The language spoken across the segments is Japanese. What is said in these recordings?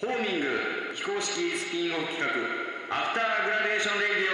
ホーミング非公式スピンオフ企画アフターグラデーションレディ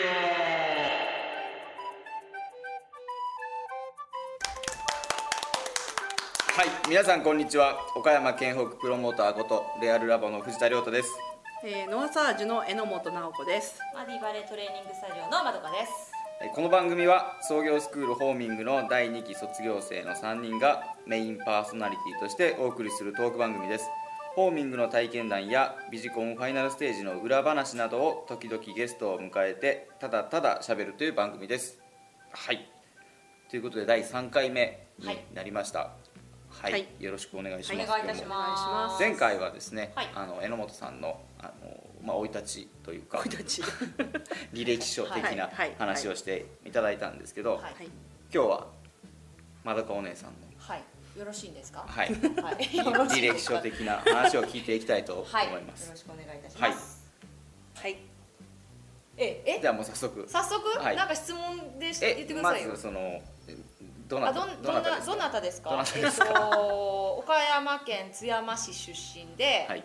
オ。はい、皆さんこんにちは。岡山県北プロモーターことレアルラボの藤田亮太です。 ノアサージュの榎本直子です。 マディバレートレーニングスタジオのまどかです。 この番組は創業スクールホーミングの第2期卒業生の3人がメインパーソナリティとしてお送りするトーク番組です。ホーミングの体験談やビジコンファイナルステージの裏話などを時々ゲストを迎えてただただ喋るという番組です。はい、ということで第3回目になりました。はい、はい、よろしくお願いします。 お願いいたします。 前回はですね、 はい、 榎本さんの生い立ちというか履歴書的な話をしていただいたんですけど、はいはい、今日はまどかお姉さんの、 はい、よろしいんですか？ はい、履歴書的な話を聞いていきたいと思います。 はい、よろしくお願いいたします。はい。 じゃあもう早速、 はい、なんか質問で言ってくださいよ。 まずそのどなたですか？岡山県津山市出身で、はい、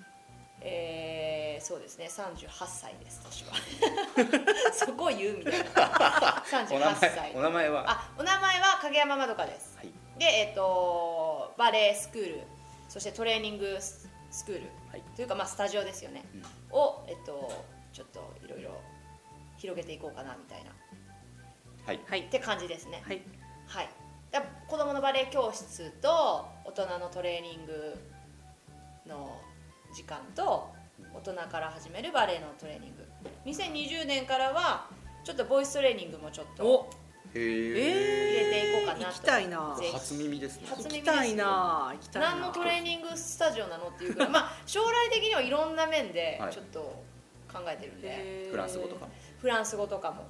そうですね、38歳です、年は。そこを言うみたいな。38歳。 お名前は？ お名前は影山まどかです。はい、で、バレエスクール、そしてトレーニングスクール、はい、というかスタジオですよね、をちょっといろいろ広げていこうかなみたいな、はい、って感じですね。はい。はい。子供のバレエ教室と大人のトレーニングの時間と大人から始めるバレエのトレーニング、2020年からはちょっとボイストレーニングもちょっと入れていこうかなと。 行きたいな。 初耳ですね。 行きたいな。 何のトレーニングスタジオなのっていうか将来的にはいろんな面でちょっと考えてるんで、 フランス語とかもフランス語とかも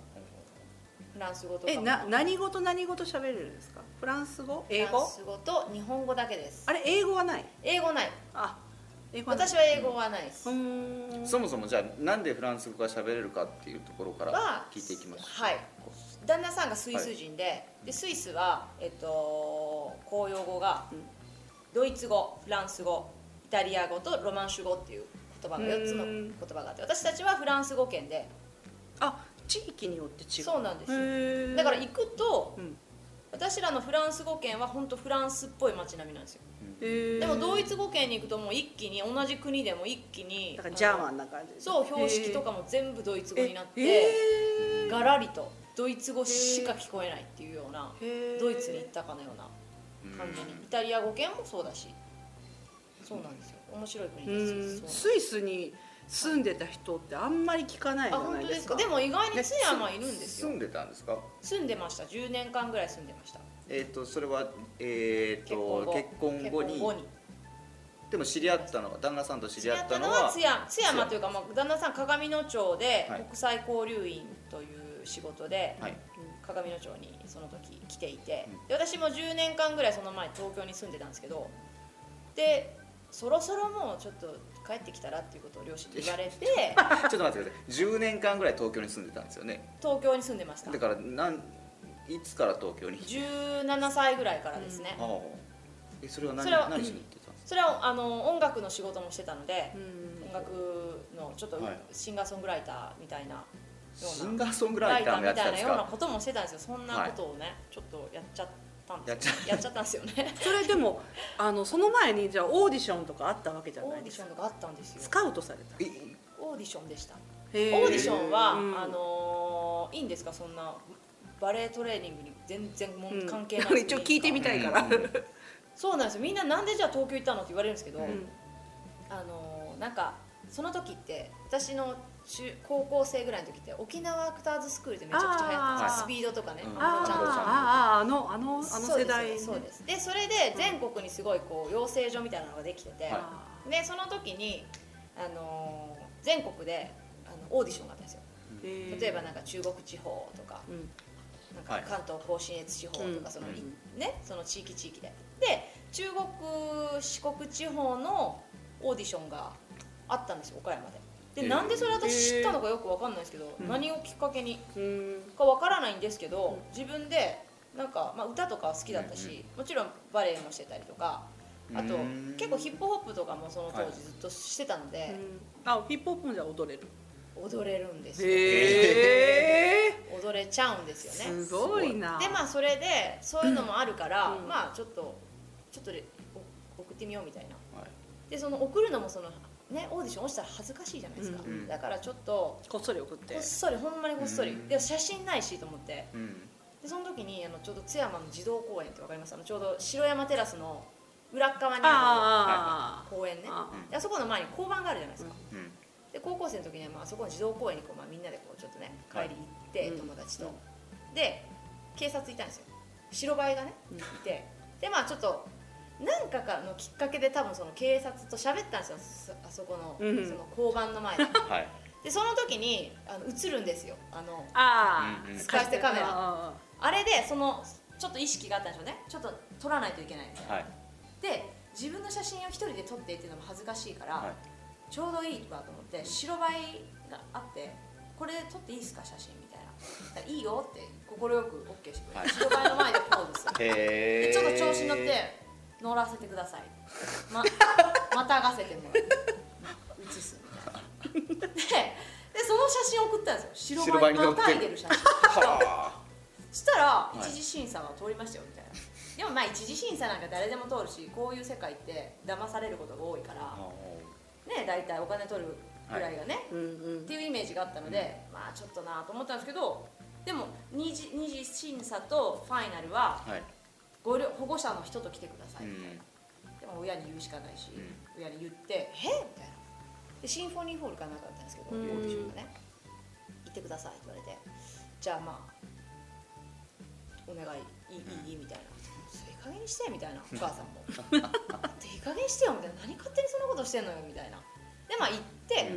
何語と何語と喋れるんですか？フランス語、英語？ フランス語と日本語だけです。 あれ、英語はない？ 英語ない。私は英語はないです。 そもそもじゃあなんでフランス語が喋れるかっていうところから聞いていきましょう。 はい。旦那さんがスイス人で、スイスは公用語がドイツ語、フランス語、イタリア語とロマンシュ語っていう言葉が4つの言葉があって、私たちはフランス語圏で。 地域によって違う。 そうなんですよ。だから行くと、私らのフランス語圏は本当フランスっぽい街並みなんですよ。でもドイツ語圏に行くともう一気に同じ国でも一気にだからジャーマンな感じ。 そう、標識とかも全部ドイツ語になってガラリとドイツ語しか聞こえないっていうような、ドイツに行ったかのような感じに。イタリア語圏もそうだし、そうなんですよ。面白い国ですよ。 スイスに住んでた人ってあんまり聞かないじゃないですか。 でも意外に津山いるんですよ。 住んでたんですか？ 住んでました。10年間ぐらい住んでました。 それは結婚後に。でも知り合ったのは、旦那さんと知り合ったのは津山というか、旦那さん鏡野町で国際交流員という仕事で、鏡野町にその時来ていて、で私も10年間ぐらいその前東京に住んでたんですけど、でそろそろもうちょっと帰ってきたらっていうことを両親に言われてちょっと待ってください。10年間ぐらい東京に住んでたんですよね。 東京に住んでました。 だからいつから東京に ？17歳ぐらいからですね。 それは何しに行ってたんですか？ それは音楽の仕事もしてたので、音楽のちょっとシンガーソングライターみたいなシンガーソングライターみたいなようなこともしてたんですよ。そんなことをね、ちょっとやっちゃったんですよね。 それでもその前にじゃあオーディションとかあったわけじゃないですか？ オーディションとかあったんですよ。 スカウトされた？ オーディションでした。オーディションは、いいんですか？そんなバレエトレーニングに全然関係ない。 一応聞いてみたいから。 そうなんですよ。みんななんでじゃあ東京行ったのって言われるんですけど、なんかその時って私の高校生ぐらいの時って沖縄アクターズスクールでめちゃくちゃ流行ったんですよ。スピードとかね、 あの世代。 そうです。でそれで全国にすごい養成所みたいなのができてて、でその時に全国でオーディションがあったんですよ。例えばなんか中国地方とか、なんか関東甲信越地方とか、その地域で中国四国地方のオーディションがあったんですよ、岡山で。でなんでそれ私知ったのかよく分かんないですけど、何をきっかけにか分からないんですけど、自分でなんか、歌とか好きだったし、もちろんバレエもしてたりとか、 あと結構ヒップホップとかもその当時ずっとしてたので、 ヒップホップもじゃあ踊れる。 踊れるんですよ。踊れちゃうんですよね。 すごいな。 でまあそれでそういうのもあるから、まあちょっと送ってみようみたいな。でその送るのもそのねオーディション落ちたら恥ずかしいじゃないですか。だからちょっとこっそり送って。 こっそりほんまにこっそり。で写真ないしと思って。でその時にちょうど津山の児童公園ってわかります？ちょうど城山テラスの裏側にある公園ね。あそこの前に交番があるじゃないですか。で高校生の時にはあそこの児童公園にみんなでちょっとね帰り行って友達と。で警察いたんですよ。白バイがねいて。でまあちょっと何かのきっかけで多分その警察と喋ったんですよ。あそこのその交番の前で。でその時に映るんですよ。使い捨てカメラ。あれでそのちょっと意識があったんでしょうね。ちょっと撮らないといけないみたいな。で自分の写真を一人で撮ってっていうのも恥ずかしいから、ちょうどいいわと思って白バイがあってこれ撮っていいですか写真みたいな。いいよって快く OK してくれて、白バイの前でポーズする。でちょっと調子に乗って乗らせてください。またがせてもらう。写すみたいな。でその写真送ったんですよ。白バイにまたいでる写真。そしたら一次審査が通りましたよみたいな。でもまあ一次審査なんか誰でも通るし、こういう世界って騙されることが多いからね、大体お金取るぐらいがね、っていうイメージがあったので、まあちょっとなと思ったんですけど、でも二次審査とファイナルは保護者の人と来てくださいみたいな。でも親に言うしかないし、親に言って「えっ?」みたいな。でシンフォニーホールかなんかだったんですけど、オーディションがね「行ってください」って言われて、じゃあまあお願いいいみたいな。いい加減にしてみたいな。お母さんもいい加減にしてよみたいな。何勝手にそんなことしてんのよみたいな。でまあ行って、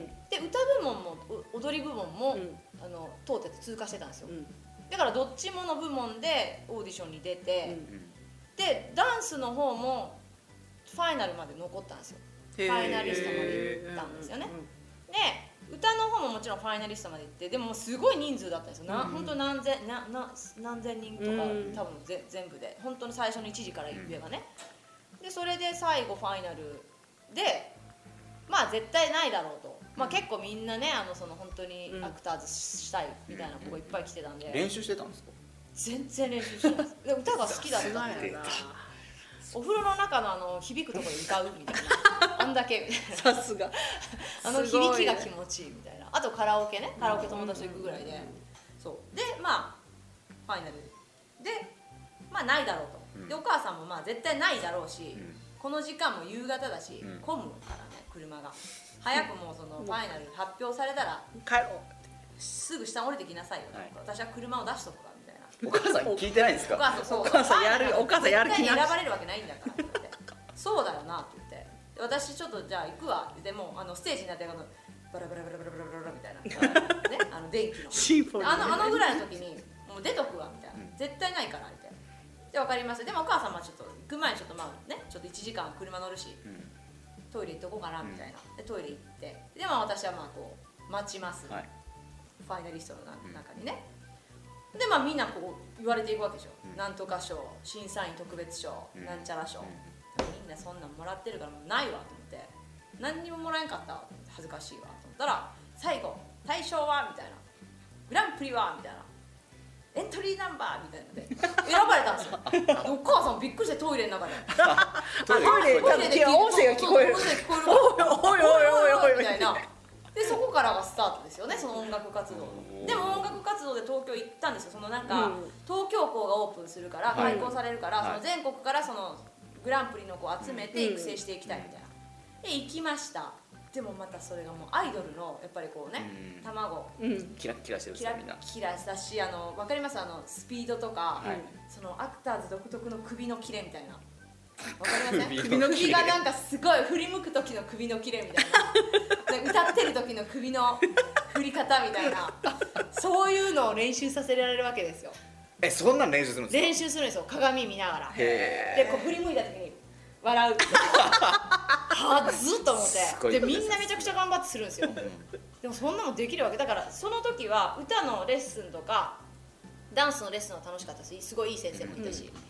で歌部門も踊り部門も通ってて通過してたんですよ。だからどっちもの部門でオーディションに出て、でダンスの方もファイナルまで残ったんですよ。ファイナリストまで行ったんですよね。で歌の方ももちろんファイナリストまで行って、でもすごい人数だったんですよ。本当何千人とか、多分全部で本当に最初の1時から言えばね。でそれで最後ファイナルでまあ絶対ないだろうと。まあ結構みんなねその本当にアクターズしたいみたいな子がいっぱい来てたんで。 練習してたんですか？ 全然練習してないです。で歌が好きだったんで。お風呂の中の響くところで歌うみたいな。あんだけさすが響きが気持ちいいみたいな。あとカラオケ友達と行くぐらいで、そうでまあファイナルでまあないだろうと。でお母さんもまあ絶対ないだろうし、この時間も夕方だし混むからね車が。早くもうそのファイナル発表されたら帰ろう、 すぐ下降りてきなさいよ。私は車を出しとくからみたいな。 お母さん聞いてないんですか？ お母さんやる気なし。 選ばれるわけないんだからって言ってそうだよなって言って、私ちょっとじゃあ行くわって。でもステージになってバラバラバラバラバラバラみたいなね、電気のシンフォニーぐらいの時にもう出とくわみたいな。絶対ないからみたいな。で分かります。でもお母さんはちょっと行く前にちょっとまあねちょっと1時間車乗るし、トイレ行っとこうかなみたいな。でトイレ行って、でも私はまあこう待ちます、ファイナリストの中にね。でまあみんなこう言われていくわけでしょ。なんとか賞、審査員特別賞、なんちゃら賞。みんなそんなんもらってるからもうないわと思って、何にももらえんかったわと思って、恥ずかしいわと思ったら、最後大賞はみたいな、グランプリはみたいな、エントリーナンバーみたいなので選ばれたんですよ。お母さんびっくりしてトイレの中でトイレで音声が聞こえる、おいおいおいおいみたいな。 でそこからがスタートですよね、その音楽活動の。でも音楽活動で東京行ったんですよ。そのなんか、東京校がオープンするから開校されるから、その全国からそのグランプリの子を集めて育成していきたいみたいな。で行きました。でもまたそれがもうアイドルのやっぱりこうね、卵キラッキラしてるんですよみんな。 キラだし、分かります？スピードとか、そのアクターズ独特の首のキレみたいな。わかりません？首がなんかすごい振り向く時の首のキレみたいな、歌ってる時の首の振り方みたいな、そういうのを練習させられるわけですよ。 そんなの練習するんですか？ 練習するんですよ、鏡見ながら。でこう振り向いた時に笑うってはずっと思って、でみんなめちゃくちゃ頑張ってするんですよ。でもそんなのできるわけだから、その時は歌のレッスンとかダンスのレッスンは楽しかったし、すごいいい先生もいたし、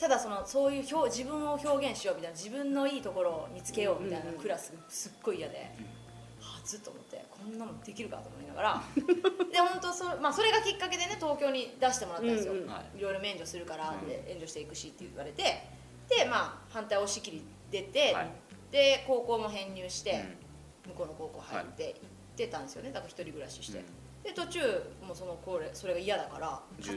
ただそういう自分を表現しようみたいな、自分のいいところを見つけようみたいなクラスすっごい嫌で、ずっと思ってこんなもんできるかと思いながらで本当それがきっかけでね東京に出してもらったんですよ、いろいろ免除するからって援助していくしって言われて、で反対押し切り出て、で高校も編入して、向こうの高校入って行ってたんですよね。だから一人暮らしして、で途中もうそれが嫌だから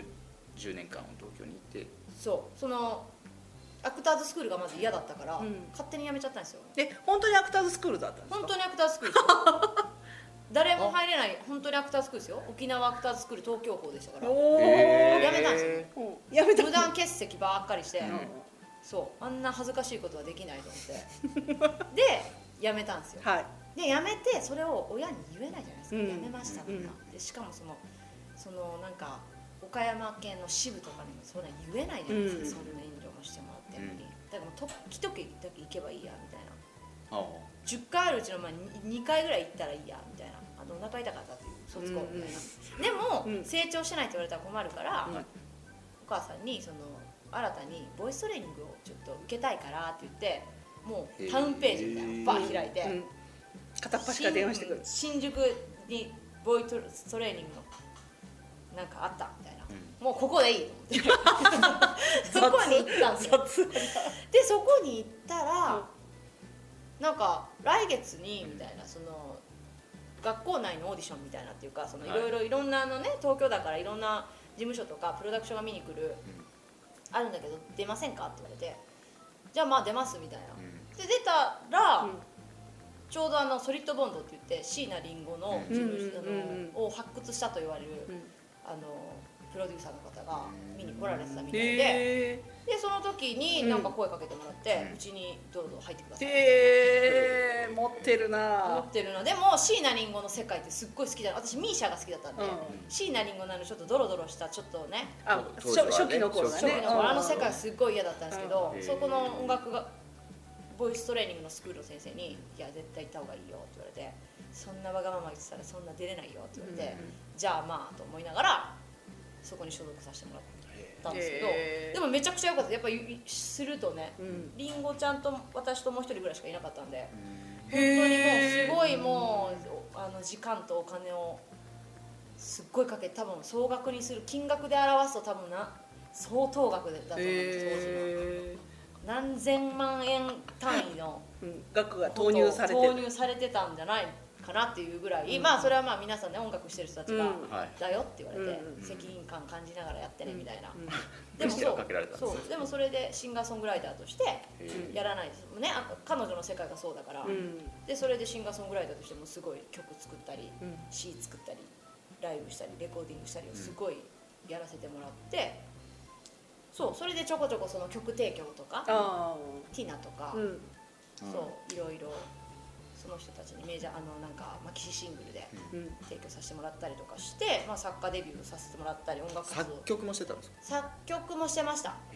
10年間東京に行って、 そうアクターズスクールがまず嫌だったから、勝手に辞めちゃったんですよ。 本当にアクターズスクールだったんですか？ 本当にアクターズスクールですよ誰も入れない本当にアクターズスクールですよ。沖縄アクターズスクール東京校でしたから、辞めたんですよ。 やめた。 無断欠席ばっかりして、そうあんな恥ずかしいことはできないと思ってで辞めたんですよ。で辞めてそれを親に言えないじゃないですか、辞めましたとか、でしかもなんか岡山県の支部とかにもそんな言えないじゃないですか、そんな援助もしてもらってるのに、だからもう時々だけ行けばいいやみたいな、10回あるうちの2回ぐらい行ったらいいやみたいな、お腹痛かったっていう卒業みたいな、でも成長してないって言われたら困るから、お母さんに新たにボイストレーニングをちょっと受けたいからって言って、もうタウンページみたいなのバー開いて、 片っ端から電話してくる。 新宿にボイストレーニングのなんかあったみたいな、もうここでいいと思ってそこに行ったんですよ。でそこに行ったら、なんか来月にみたいな、学校内のオーディションみたいなっていうか、いろんな東京だからいろんな事務所とかプロダクションが見に来る、あるんだけど出ませんかって言われて、じゃあ出ますみたいな、で出たら、ちょうどソリッドボンドって言って椎名林檎の事務所を発掘したと言われるプロデューサーの方が見に来られてたみたいで、その時になんか声かけてもらって、うちにどうぞ入ってください。 持ってるな。 でも椎名林檎の世界ってすっごい好きじゃない。私ミーシャが好きだったんで、椎名林檎のちょっとドロドロしたちょっとね、 初期の頃だね、 世界すっごい嫌だったんですけど、そこの音楽がボイストレーニングのスクールの先生に「いや絶対行った方がいいよ」って言われて、そんなわがまま言ってたらそんな出れないよって言われて、じゃあと思いながらそこに所属させてもらったんですけど、でもめちゃくちゃ良かった。やっぱりするとね、りんごちゃんと私ともう一人ぐらいしかいなかったんで、本当にもうすごい時間とお金をすっごいかけて、多分総額にする金額で表すと多分相当額だと思うんです当時は。何千万円単位の額が投入されてたんじゃないかなっていうぐらい、それは皆さんね音楽してる人たちが「だよ」って言われて、責任感感じながらやってねみたいな。でもそれでシンガーソングライターとしてやらないですね。彼女の世界がそうだから、でそれでシンガーソングライターとしてもすごい曲作ったり、詩作ったりライブしたりレコーディングしたりをすごいやらせてもらって、それでちょこちょこその曲提供とかティナとか、いろいろその人たちにメジャーなんかマキシシングルで提供させてもらったりとかして、作家デビューさせてもらったり、音楽活動作曲もしてたんですか？ 作曲もしてました。はい。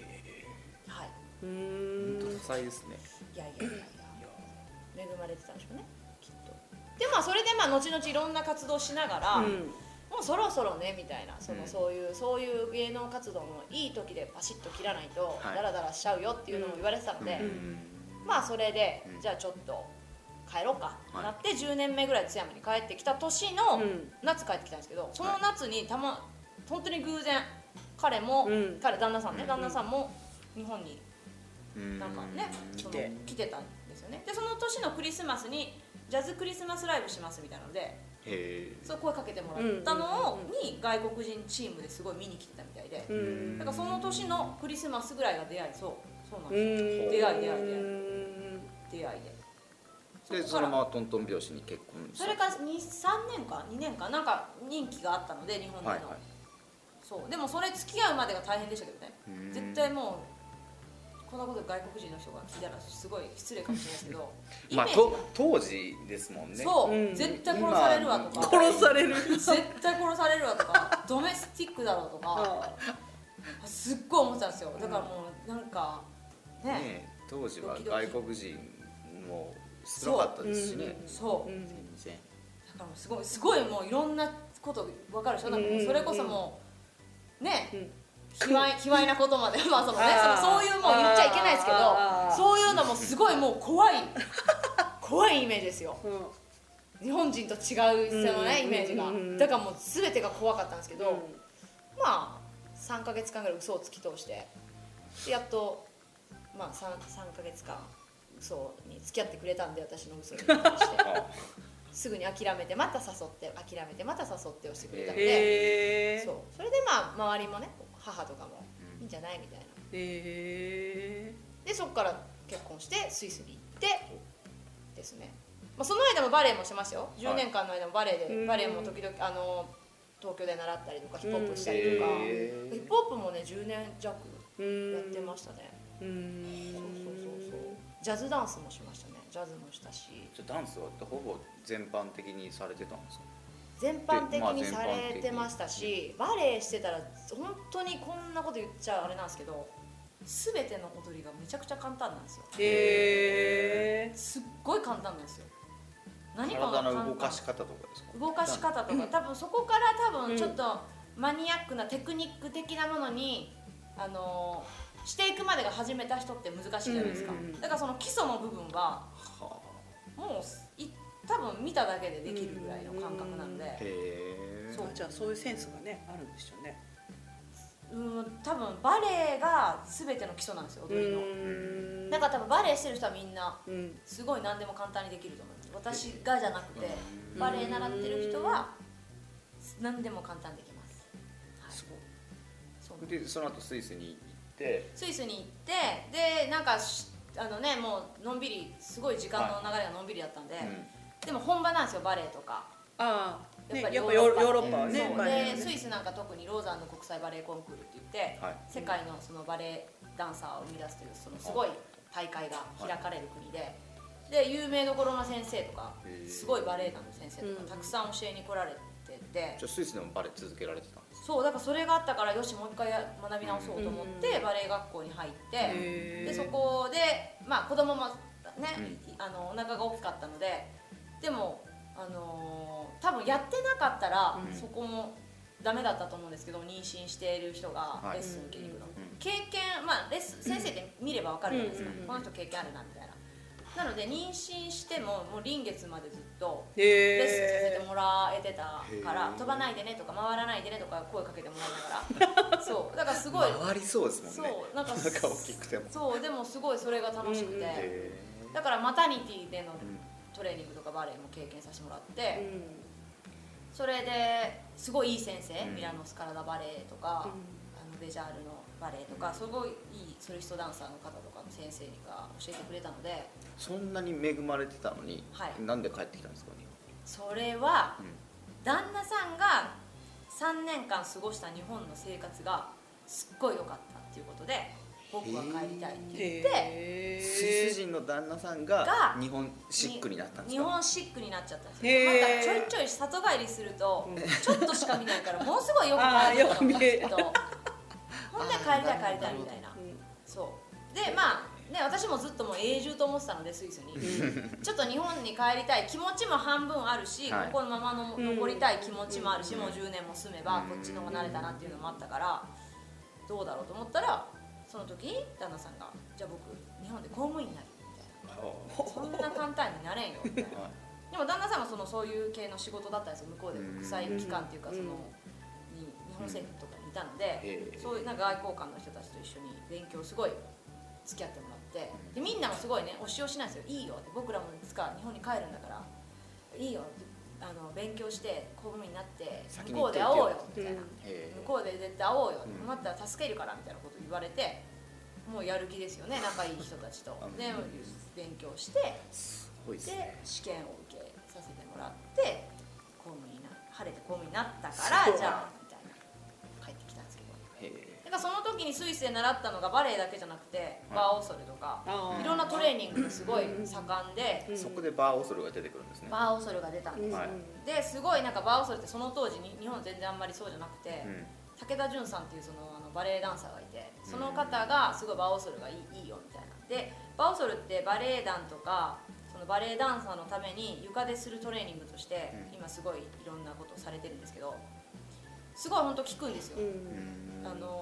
本当多彩ですね。 いや恵まれてたんでしょうねきっと。でそれで後々いろんな活動しながら、もうそろそろねみたいな、そういう芸能活動もいい時でパシッと切らないとダラダラしちゃうよっていうのも言われてたので、それでじゃあちょっと帰ろうかってなって10年目ぐらい津山に帰ってきた年の夏帰ってきたんですけど、その夏に本当に偶然彼旦那さんも日本になんかね来てたんですよね。でその年のクリスマスにジャズクリスマスライブしますみたいなので、そう声かけてもらったのに外国人チームですごい見に来てたみたいで、だからその年のクリスマスぐらいが出会い、そうなんですよ。出会いででそのままトントン拍子に結婚した。 それから2年間なんか任期があったので日本での、そうでもそれ付き合うまでが大変でしたけどね。絶対もうこんなこと外国人の人が聞いたらすごい失礼かもしれないですけど当時ですもんね。 そう絶対殺されるわとか絶対殺されるわとかドメスティックだろうとかすっごい思ってたんですよ。だからもうなんかね当時は外国人も少なかったですしね。全然だからすごいもういろんなこと分かるでしょ。なんかそれこそもうね卑猥なことまでまあそのねそういうもう言っちゃいけないですけど、そういうのもすごいもう怖いイメージですよ、日本人と違うそのねイメージが、だからもう全てが怖かったんですけど、まあ3ヶ月間ぐらい嘘を突き通して、でやっとまあ 3ヶ月間嘘に付き合ってくれたんで、私の嘘に対してすぐに諦めてまた誘って諦めてまた誘ってをしてくれたので、そうそれでまあ周りもね母とかもいいんじゃないみたいな、でそこから結婚してスイスに行ってですね、まあ、その間もバレエもしましたよ。10年間の間もバレエも時々東京で習ったりとかヒップホップしたりとか、ヒップホップもね10年弱やってましたね。そうジャズダンスもしましたね。ジャズもしたし。 じゃダンスはほぼ全般的にされてたんですか？ 全般的にされてましたし、バレエしてたら本当にこんなこと言っちゃあれなんですけど、全ての踊りがめちゃくちゃ簡単なんですよ。すっごい簡単なんですよ。何かが簡単。 体の動かし方とかですか？ 動かし方とか、多分そこからちょっとマニアックなテクニック的なものにしていくまでが始めた人って難しいじゃないですか。だからその基礎の部分はもう多分見ただけでできるぐらいの感覚なんで、 そうじゃあそういうセンスがねあるんでしょうね。 多分バレエが全ての基礎なんですよ、踊りの。だから多分バレエしてる人はみんなすごい何でも簡単にできると思います。私がじゃなくてバレエ習ってる人は何でも簡単にできます。 でその後スイスに行ってでなんかもうのんびりすごい時間の流れがのんびりだったんで、でも本場なんですよバレエとか。やっぱりヨーロッパはね。でスイスなんか特にローザンヌ国際バレエコンクールって言って、世界のそのバレエダンサーを生み出すというそのすごい大会が開かれる国で、有名どころの先生とかすごいバレエ団の先生とかたくさん教えに来られてて、 じゃあスイスでもバレエ続けられてたんですか？ そうだからそれがあったから、よしもう一回学び直そうと思ってバレエ学校に入って、でそこでまあ子供もねお腹が大きかったので、でも多分やってなかったらそこもダメだったと思うんですけど、妊娠している人がレッスン受けに行くの、経験まあ先生で見れば分かるじゃないですか、この人経験あるなみたいな。なので妊娠しても臨月までずっとレッスンさせてもらえてたから、飛ばないでねとか回らないでねとか声かけてもらいながらそうだからすごい回りそうですもんね。 そうなんか大きくてもそうでもすごいそれが楽しくて、だからマタニティでのトレーニングとかバレエも経験させてもらって、それですごいいい先生、ミラノスカラダバレエとか、ベジャールのバレエとかすごいいいソリストダンサーの方とかの先生が教えてくれたので。 そんなに恵まれてたのに、なんで帰ってきたんですかね？ それは、旦那さんが3年間過ごした日本の生活がすっごい良かったっていうことで、僕は帰りたいって言ってスイス人の旦那さんが日本シックになったんですか？ 日本シックになっちゃったんですよ。なんかちょいちょい里帰りするとちょっとしか見ないからものすごいよく帰ると思うんですけどほんで帰りたいみたいな。そうでまあね、私もずっともう永住と思ってたのでスイスにちょっと日本に帰りたい気持ちも半分あるし、ここのままの残りたい気持ちもあるし、もう10年も住めばこっちの方が慣れたなっていうのもあったから、どうだろうと思ったらその時に旦那さんが「じゃあ僕日本で公務員になる」みたいな「そんな簡単になれんよ」みたいな。でも旦那さんはそういう系の仕事だったんですよ。向こうで国際機関っていうか日本政府とかにいたので、そういうなんか外交官の人たちと一緒に勉強すごい付き合ってもらって、でみんなもすごいね押し押しなんですよ。いいよって、僕らもいつか日本に帰るんだからいいよって勉強して公務員になって向こうで会おうよみたいな、向こうで絶対会おうよ、困ったら助けるからみたいなこと言われて、もうやる気ですよね、仲いい人たちとで勉強して、で試験を受けさせてもらって晴れて公務員になったからじゃあみたいな帰ってきたんですけど、だからその時にスイスで習ったのがバレエだけじゃなくてバーオソルとかいろんなトレーニングがすごい盛んで、 そこでバーオソルが出てくるんですね。 バーオソルが出たんです、ですごいなんかバーオソルってその当時に日本全然あんまりそうじゃなくて、武田純さんっていうバレエダンサーがいて、その方がすごいバーオソルがいいよみたいな。でバーオソルってバレエ団とかそのバレエダンサーのために床でするトレーニングとして今すごいいろんなことをされてるんですけど、すごい本当効くんですよ。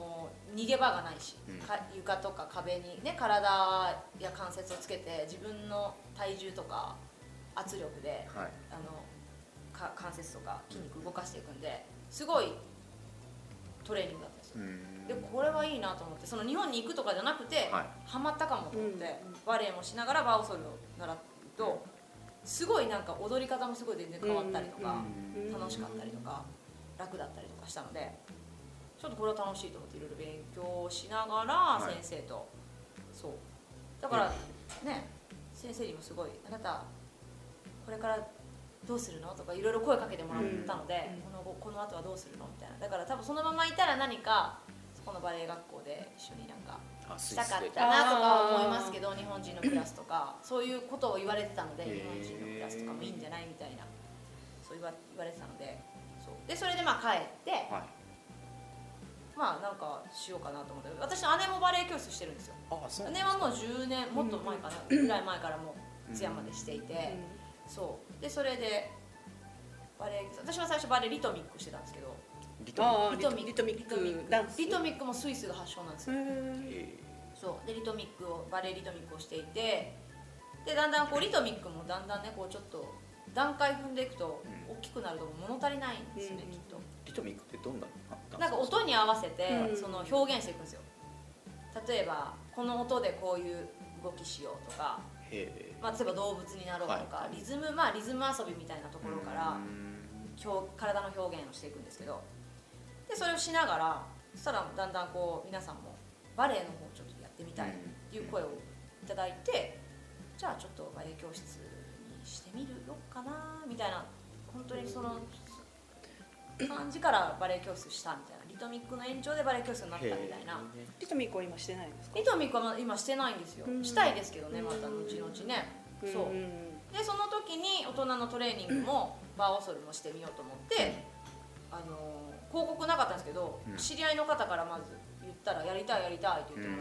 逃げ場がないし、床とか壁にね体や関節をつけて自分の体重とか圧力で、関節とか筋肉動かしていくんですごいトレーニングだったんですよ。でこれはいいなと思って、その日本に行くとかじゃなくて、ハマったかもと思って、バレエもしながらバーオソルを習うとすごいなんか踊り方もすごい全然変わったりとか、楽しかったりとか楽だったりとかしたので、ちょっとこれは楽しいと思っていろいろ勉強しながら先生と、そうだからね、先生にもすごいあなたこれからどうするのとかいろいろ声かけてもらったので、この後はどうするのみたいな。だから多分そのままいたら何かそこのバレエ学校で一緒になんかしたかったなとか思いますけど、日本人のクラスとかそういうことを言われてたので、日本人のクラスとかもいいんじゃないみたいな、そう言われてたので、そうでそれでまあ帰って、まあなんかしようかなと思って、私の姉もバレエ教室してるんですよ。姉はもう10年もっと前かな、ぐらい前からもう津山でしていて、そうでそれでバレエ、私は最初バレエリトミックしてたんですけど、リトミックもスイスが発祥なんですよ。そうでバレエリトミックをしていて、でだんだんこうリトミックもだんだんねこうちょっと段階踏んでいくと大きくなると物足りないんですね、きっと。 リトミックってどんななんか音に合わせてその表現していくんですよ。例えばこの音でこういう動きしようとか、まあ、例えば動物になろうとか、リズム遊びみたいなところから体の表現をしていくんですけど、でそれをしながらそしたらだんだんこう皆さんもバレエの方をちょっとやってみたいっていう声をいただいて、じゃあちょっとバレエ教室にしてみるよかなみたいな、本当にその感じからバレエ教室したみたいな、リトミックの延長でバレエ教室になったみたいな。 リトミックは今してないんですか？ リトミックは今してないんですよ。したいですけどね、また後々ね。そうでその時に大人のトレーニングもバーオソルもしてみようと思って、広告なかったんですけど、知り合いの方からまず言ったらやりたいって言ってもらって、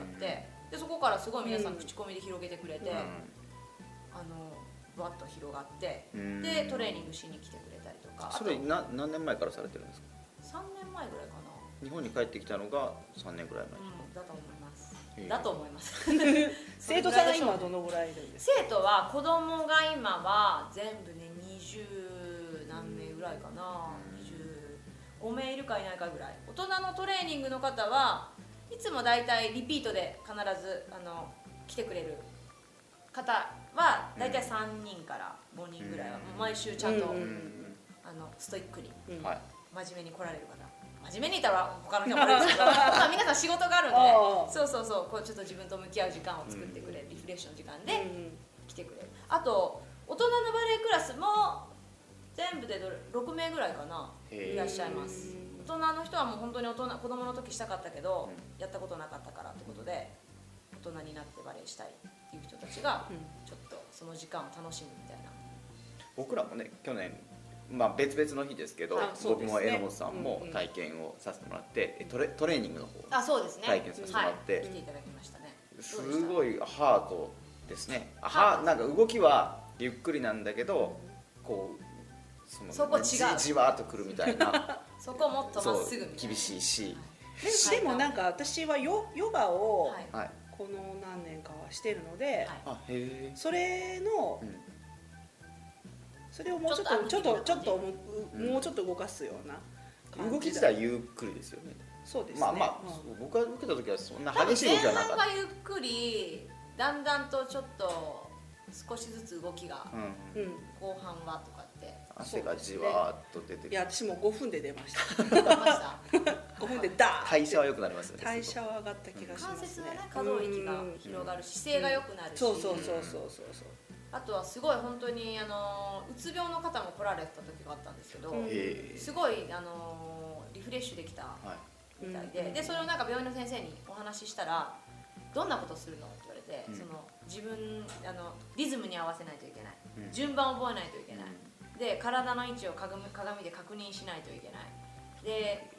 でそこからすごい皆さん口コミで広げてくれて、バッと広がって、でトレーニングしに来てくれたりとか。 それ何年前からされてるんですか ？3年前ぐらいかな。 日本に帰ってきたのが3年ぐらい前、 だと思います。だと思います生徒さんは今どのぐらいいるんですか？ 生徒は子供が今は全部ね20何名ぐらいかな、25名いるかいないかぐらい。大人のトレーニングの方はいつもだいたいリピートで必ず来てくれる方はだいたい3人から5人ぐらいは毎週ちゃんとストイックに真面目に来られる方、真面目にいたら他の人も来れるんですけど皆さん仕事があるんで、そうこうちょっと自分と向き合う時間を作ってくれる、リフレッシュの時間で来てくれる。あと大人のバレエクラスも全部で6名ぐらいかないらっしゃいます。大人の人はもう本当に子供の時したかったけど、やったことなかったからってことで大人になってバレエしたいっていう人たちがちょっとその時間を楽しむみたいな。 僕らもね去年別々の日ですけど、僕も榎本さんも体験をさせてもらって、トレーニングの方体験させてもらって、 来ていただきましたね。 すごいハードですね。なんか動きはゆっくりなんだけど、こうそこ違う、 じわーっとくるみたいなそこもっとまっすぐみたいな、 厳しいし、 でもなんか私はヨガをこの何年かはしてるので、それをもうちょっと動かすような感じ。 動き自体ゆっくりですよね。 そうですね。 僕が受けた時はそんな激しい動きはなかった。 前半はゆっくり、だんだんとちょっと少しずつ動きが、後半はとかって汗がじわーっと出てくる。 いや私も5分で出ました。 出ました 5分でダーッ。 代謝は良くなりますよね。 代謝は上がった気がしますね。 関節のね可動域が広がるし、姿勢が良くなるし、 そう。 あとはすごい本当にうつ病の方も来られた時があったんですけど、すごいリフレッシュできたみたいで、でそれをなんか病院の先生にお話ししたら、どんなことするのって言われて、その自分リズムに合わせないといけない、順番を覚えないといけない、で体の位置を鏡で確認しないといけない、で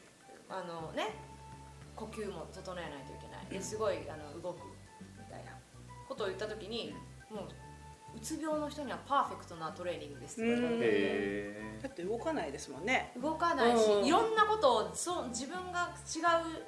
呼吸も整えないといけない、ですごい動くみたいなことを言った時に、もううつ病の人にはパーフェクトなトレーニングですって言われて、 だって動かないですもんね。 動かないし、いろんなことを自分が違う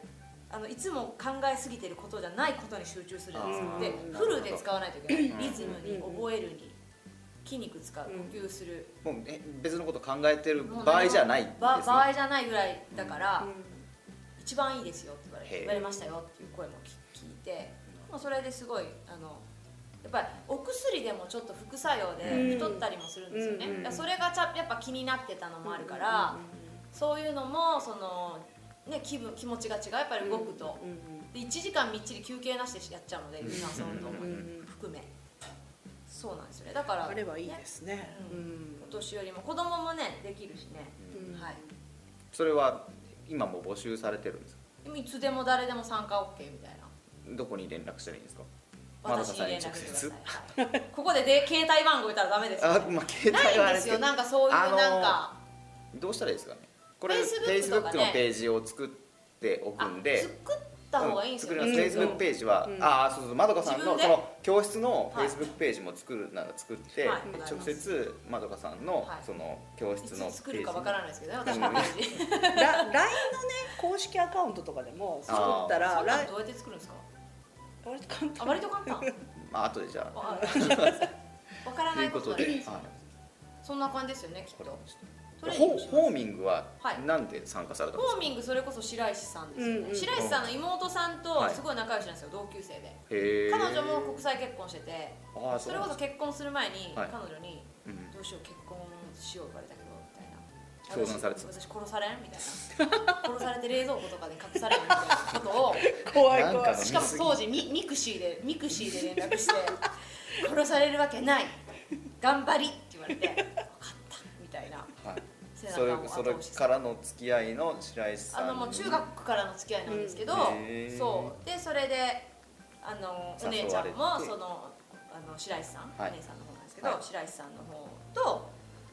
いつも考えすぎてることじゃないことに集中するじゃないですか。でフルで使わないといけない。リズムに覚えるに筋肉使う、呼吸する、 もう別のこと考えてる場合じゃないですね。 場合じゃないぐらいだから、一番いいですよって言われましたよっていう声も聞いて、もうそれですごいやっぱりお薬でもちょっと副作用で太ったりもするんですよね。それがやっぱ気になってたのもあるから、そういうのも気持ちが違う、やっぱり動くと、で1時間みっちり休憩なしでやっちゃうので、有酸素運動も含め、そうなんですよね。だからあればいいですね。 お年寄りも子供もねできるしね。はい。 それは今も募集されてるんですか？ いつでも誰でも参加 OK みたいな。 どこに連絡したらいいんですか？ 私に連絡してください。ここで携帯番号言ったらダメですよね。 携帯はないんですよ。なんかそういうなんかどうしたらいいですかね。これ Facebook のページを作っておくんで、 作った方がいいんですよね。 Facebook ページはそうそう、まどかさんのその教室の Facebook ページも作って直接まどかさんのその教室の作るかわからないですけどね、私のページ。 LINE のね公式アカウントとかでも作ったら、 そんなのどうやって作るんですか？割と簡単。 後でじゃあわからないことでそんな感じですよね、きっと。 ホーミングはなんで参加されたんですか？ ホーミングそれこそ白石さんですよね。白石さんの妹さんとすごい仲良しなんですよ、同級生で。彼女も国際結婚してて、それこそ結婚する前に彼女にどうしよう結婚しよう言われたけどみたいな。 相談されて私殺されんみたいな。殺されて冷蔵庫とかで隠されるみたいなことを怖い。 しかも当時ミクシーで連絡して殺されるわけない頑張りって言われて分かったみたいな。 それからの付き合いの白石さんもう中学からの付き合いなんですけど、そうでそれでお姉ちゃんも白石さん、お姉さんの方なんですけど、白石さんの方と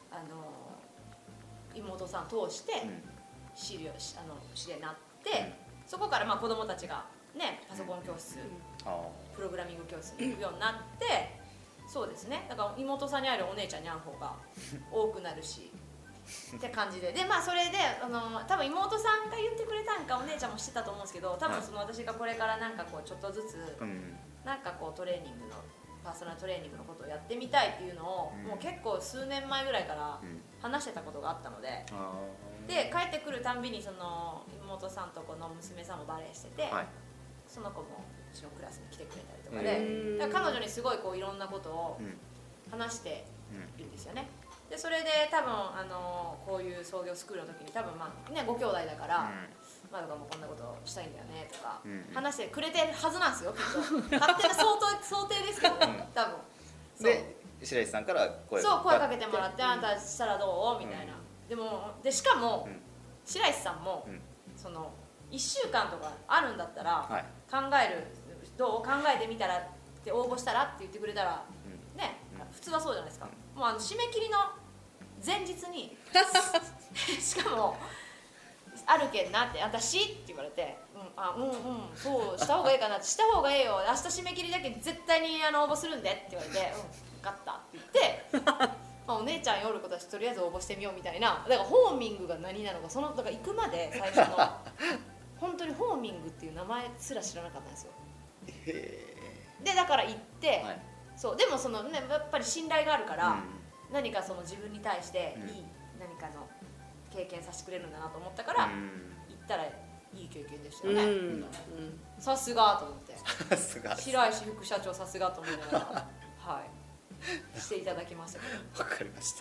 妹さん通して知り合いになって、そこから子供たちがねパソコン教室、プログラミング教室に行くようになって、そうですね、だから妹さんに会えるお姉ちゃんに会う方が多くなるしって感じで、それで多分妹さんが言ってくれたんかお姉ちゃんもしてたと思うんですけど、多分私がこれからなんかこうちょっとずつなんかこうトレーニングのパーソナルトレーニングのことをやってみたいっていうのをもう結構数年前ぐらいから話してたことがあったので、で帰ってくるたんびにその妹さんとこの娘さんもバレエしてて、その子もうちのクラスに来てくれたりとかで、だから彼女にすごいこういろんなことを話してるんですよね。でそれで多分こういう創業スクールの時に多分ご兄弟だからまどかもこんなことしたいんだよねとか話してくれてるはずなんですよ、きっと。勝手な想定ですけどね、多分。 で白石さんから声かけてもらって「あんたしたらどう?」みたいな。でしかも白石さんもその1週間とかあるんだったら考えてみたらって応募したらって言ってくれたらね、普通はそうじゃないですか。もう締め切りの前日にしかも「あるけんな」って「私?」って言われて「そうした方がいいかな」って「した方がいいよ、明日締め切りだけ絶対に応募するんで」って言われて「分かった」って言ってお姉ちゃんよることはとりあえず応募してみようみたいな。だからホーミングが何なのかだから行くまで最初の本当にホーミングっていう名前すら知らなかったんですよ。でだから行って、そうでもやっぱり信頼があるから、何かその自分に対していい何かの経験させてくれるんだなと思ったから、行ったらいい経験でしたよね。さすがと思って白石副社長さすがと思いながらしていただきましたけど。 わかりました。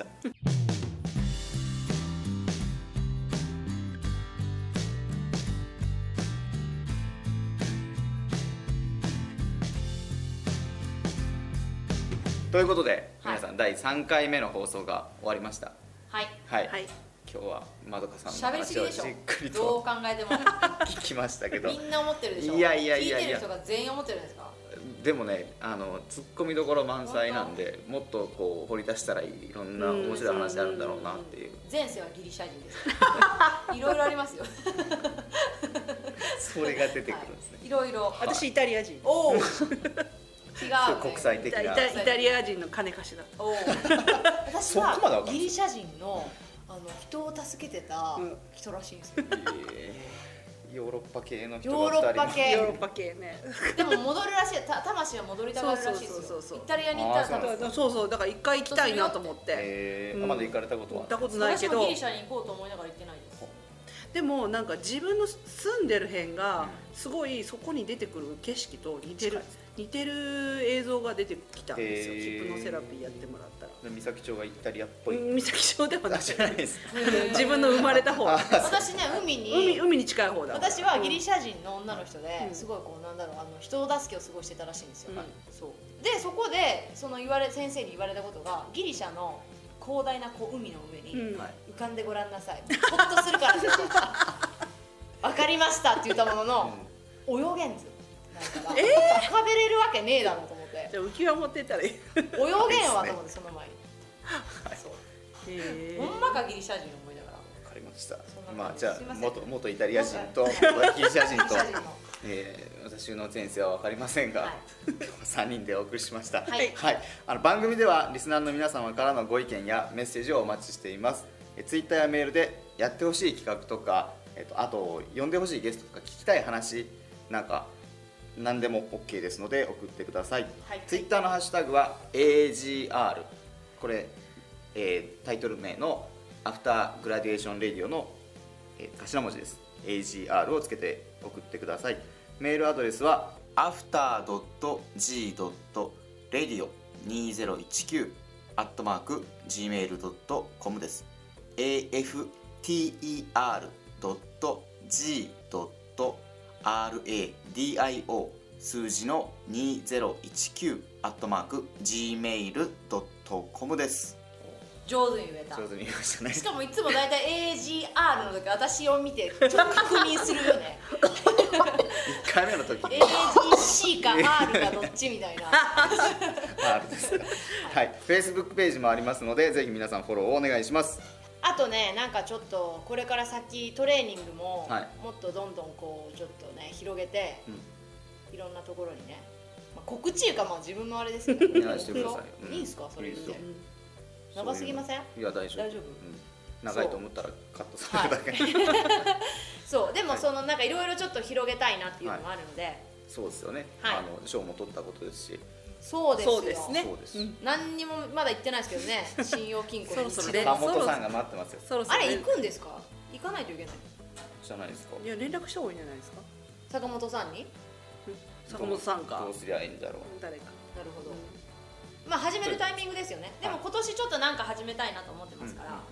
ということで、皆さん第3回目の放送が終わりました。今日はまどかさんの話をじっくりとどう考えても聞きましたけど、 みんな思ってるでしょ。 いや聞いてる人が全員思ってるんですか。 でもね、ツッコミどころ満載なんで、もっとこう掘り出したらいろんな面白い話あるんだろうなっていう。 前世はギリシャ人ですいろいろありますよそれが出てくるんですね。 いろいろ。 私イタリア人。 おお違う、 国際的なイタリア人の金貸しだった。 私はギリシャ人の人を助けてた人らしいんですよ。 ヨーロッパ系の人ヨーロッパ系ヨーロッパ系ね。 でも戻るらしい、魂は戻りたがるらしいですよ。イタリアに行ったらそうそう、だから一回行きたいなと思って。 まだ行かれたことは？ 行ったことないけど。 私もギリシャに行こうと思いながら行ってないです。 でもなんか自分の住んでる辺がすごいそこに出てくる景色と似てる映像が出てきたんですよ。ヒプノセラピーやってもらったら。 三崎町がイタリアっぽい。 三崎町ではないです。 自分の生まれた方。 私ね、海に近い方だ。 私はギリシャ人の女の人で、すごいこうなんだろう、人助けをすごいしてたらしいんですよ。そうで、そこでその先生に言われたことが、ギリシャの広大なこう海の上に浮かんでごらんなさい、ほっとするからです分かりましたって言ったものの、泳げんずだから浮かべれるわけねえだろうと思って、 じゃあ浮き輪持ってったらいい泳げんわと思って、その前にそうほんまかギリシャ人思いながら。 分かりました。まあじゃあ元イタリア人とギリシャ人と私の前世は分かりませんが、今日は3人でお送りしました。番組ではリスナーの皆様からのご意見やメッセージをお待ちしています。ツイッターやメールでやってほしい企画とか、あと呼んでほしいゲストとか聞きたい話なんか何でも OK ですので送ってください。ツイッターのハッシュタグは AGR、 これ、タイトル名のアフターグラデーションレディオの、頭文字です。 AGR をつけて送ってください。メールアドレスは after.g.radio2019@gmail.com です。 after.g.radio 数字の2019@gmail.com です。 上手に言えた。 上手に言いましたね。 しかもいつもだいたい AGR の時、私を見てちょっと確認するよね 1回目の時 AGC か R かどっちみたいな R ですか。はい、Facebook ページもありますので、ぜひ皆さんフォローをお願いします。 あとね、なんかちょっとこれから先トレーニングももっとどんどんこうちょっとね広げて、いろんなところにね、告知いうか自分のあれですけど、いいんですかそれ言って。長すぎません？ いや大丈夫。長いと思ったらカットされるだけ。 そう、でもそのなんかいろいろちょっと広げたいなっていうのもあるので。 そうですよね。賞も取ったことですし。 そうですね。 何にもまだ行ってないですけどね。信用金庫に。 川本さんが待ってますよ。 あれ行くんですか？行かないといけない。 じゃないですか。 いや連絡した方がいいんじゃないですか。 坂本さんに？ 坂本さんか。 どうすりゃいいんだろう。 誰か。 なるほど。まあ始めるタイミングですよね。でも今年ちょっとなんか始めたいなと思ってますから。はい。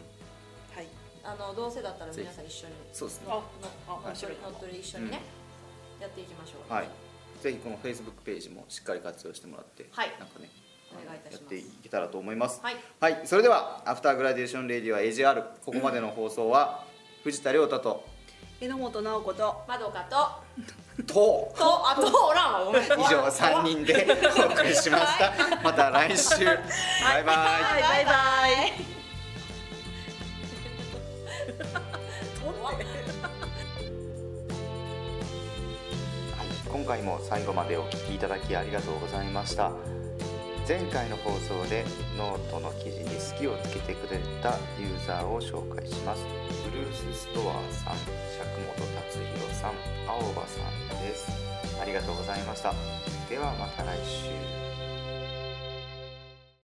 どうせだったら皆さん一緒に。 そうですね。 乗っ取り一緒にねやっていきましょう。 はい。ぜひこの Facebook ページもしっかり活用してもらって、なんかね、やっていけたらと思います。はい。それではアフターグラデーションレディオは AGR、 ここまでの放送は藤田亮太と榎本直子とまどかとおらんわ、ごめん。 以上3人でお送りしました。また来週。バイバイ。 バイバイ。 今回も最後までお聞きいただきありがとうございました。前回の放送でノートの記事に好きをつけてくれたユーザーを紹介します。ブルースストアさん、釈本達弘さん、青葉さんです。ありがとうございました。ではまた来週。